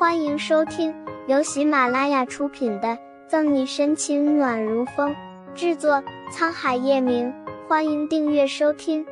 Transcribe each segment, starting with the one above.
欢迎收听由喜马拉雅出品的《赠你深情暖如风》，制作沧海夜明。欢迎订阅收听。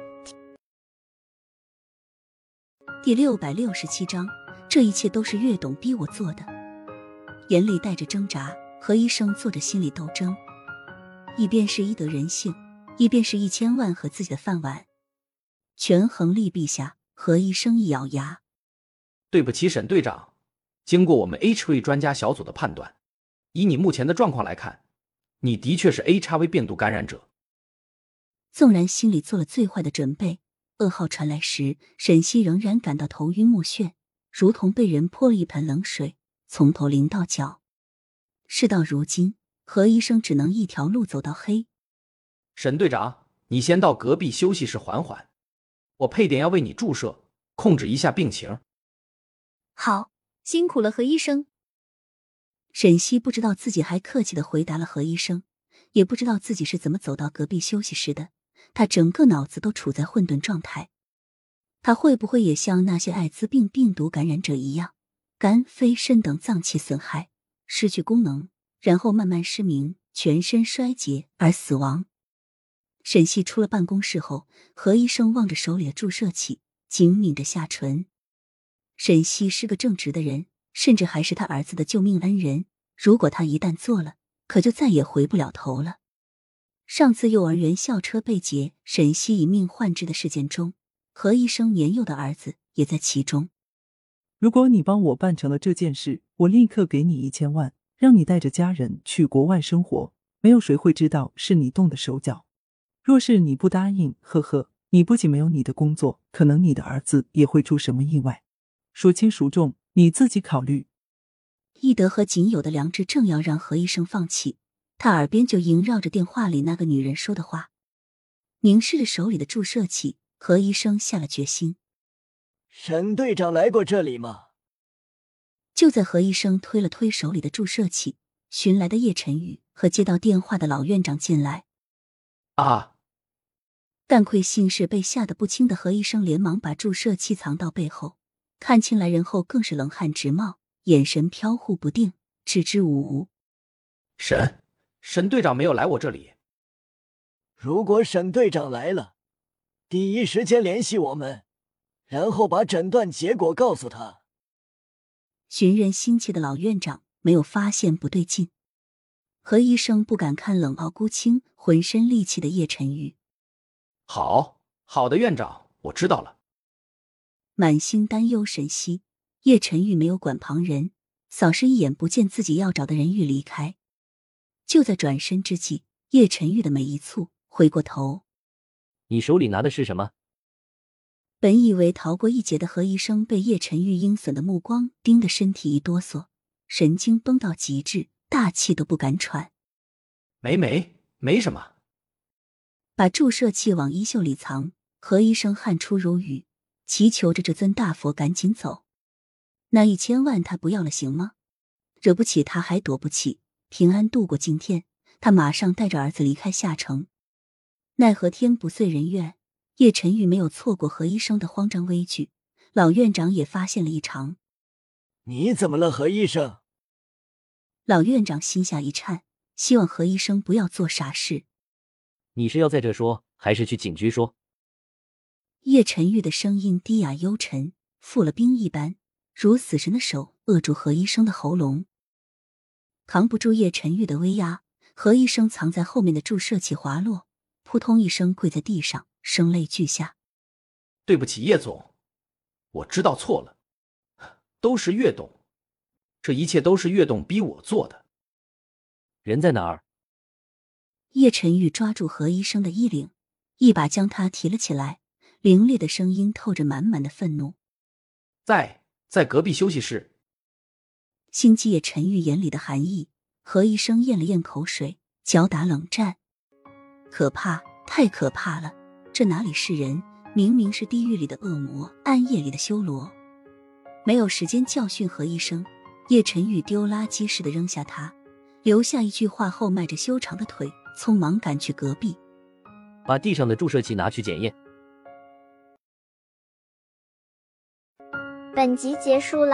第667章，这一切都是岳董逼我做的。眼里带着挣扎，何医生做着心理斗争，一边是医德人性，一边是1000万和自己的饭碗，权衡利弊下，何医生一咬牙： 对不起沈队长，经过我们 HIV 专家小组的判断，以你目前的状况来看，你的确是 HIV 病毒感染者。 纵然心里做了最坏的准备，噩耗传来时，沈西仍然感到头晕目眩，如同被人泼了一盆冷水，从头淋到脚。事到如今，何医生只能一条路走到黑。 沈队长，你先到隔壁休息室缓缓，我配点药为你注射，控制一下病情。 好，辛苦了何医生。 沈西不知道自己还客气地回答了何医生，也不知道自己是怎么走到隔壁休息室的，他整个脑子都处在混沌状态。他会不会也像那些艾滋病病毒感染者一样，肝、肺、肾等脏器损害，失去功能，然后慢慢失明，全身衰竭而死亡？沈西出了办公室后，何医生望着手里的注射器，紧抿着下唇。沈西是个正直的人，甚至还是他儿子的救命恩人，如果他一旦做了，可就再也回不了头了。上次幼儿园校车被劫，沈西以命换之的事件中，何医生年幼的儿子也在其中。 如果你帮我办成了这件事，我立刻给你1000万，让你带着家人去国外生活，没有谁会知道是你动的手脚。若是你不答应，呵呵，你不仅没有你的工作，可能你的儿子也会出什么意外。孰轻孰重，你自己考虑。 义德和仅有的良知正要让何医生放弃，他耳边就萦绕着电话里那个女人说的话。凝视着手里的注射器，何医生下了决心。 沈队长来过这里吗？ 就在何医生推了推手里的注射器，寻来的叶晨宇和接到电话的老院长进来。 啊！ 干愧心事被吓得不轻的何医生连忙把注射器藏到背后，看清来人后更是冷汗直冒，眼神飘忽不定，支支吾吾。 沈队长没有来我这里。 如果沈队长来了，第一时间联系我们，然后把诊断结果告诉他。 寻人心切的老院长没有发现不对劲，何医生不敢看冷傲孤清、浑身戾气的叶晨玉。 好的院长，我知道了。 满心担忧沈西，叶晨玉没有管旁人，扫视一眼不见自己要找的人欲离开。就在转身之际，叶晨玉的眉一蹙，回过头。 你手里拿的是什么？ 本以为逃过一劫的何医生被叶晨玉阴损的目光盯得身体一哆嗦，神经绷到极致，大气都不敢喘。 没什么。 把注射器往衣袖里藏，何医生汗出如雨，祈求着这尊大佛赶紧走。那1000万他不要了行吗？惹不起他还躲不起，平安度过今天，他马上带着儿子离开下城。奈何天不遂人愿，叶晨玉没有错过何医生的慌张危惧，老院长也发现了异常。 你怎么了，何医生？ 老院长心下一颤，希望何医生不要做傻事。 你是要在这说，还是去警局说？ 叶晨玉的声音低哑幽沉，服了冰一般，如死神的手扼住何医生的喉咙。扛不住叶晨玉的威压，何医生藏在后面的注射器滑落，扑通一声跪在地上，声泪俱下。 对不起叶总，我知道错了，都是岳董，这一切都是岳董逼我做的。 人在哪儿？ 叶晨玉抓住何医生的衣领，一把将他提了起来，凌冽的声音透着满满的愤怒。 在隔壁休息室。 心机叶晨玉眼里的寒意，何医生咽了咽口水，脚打冷战。可怕，太可怕了，这哪里是人，明明是地狱里的恶魔，暗夜里的修罗。没有时间教训何医生，叶晨玉丢垃圾似的扔下他，留下一句话后迈着修长的腿匆忙赶去隔壁。 把地上的注射器拿去检验。 本集结束了，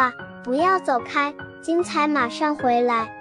不要走开，精彩马上回来。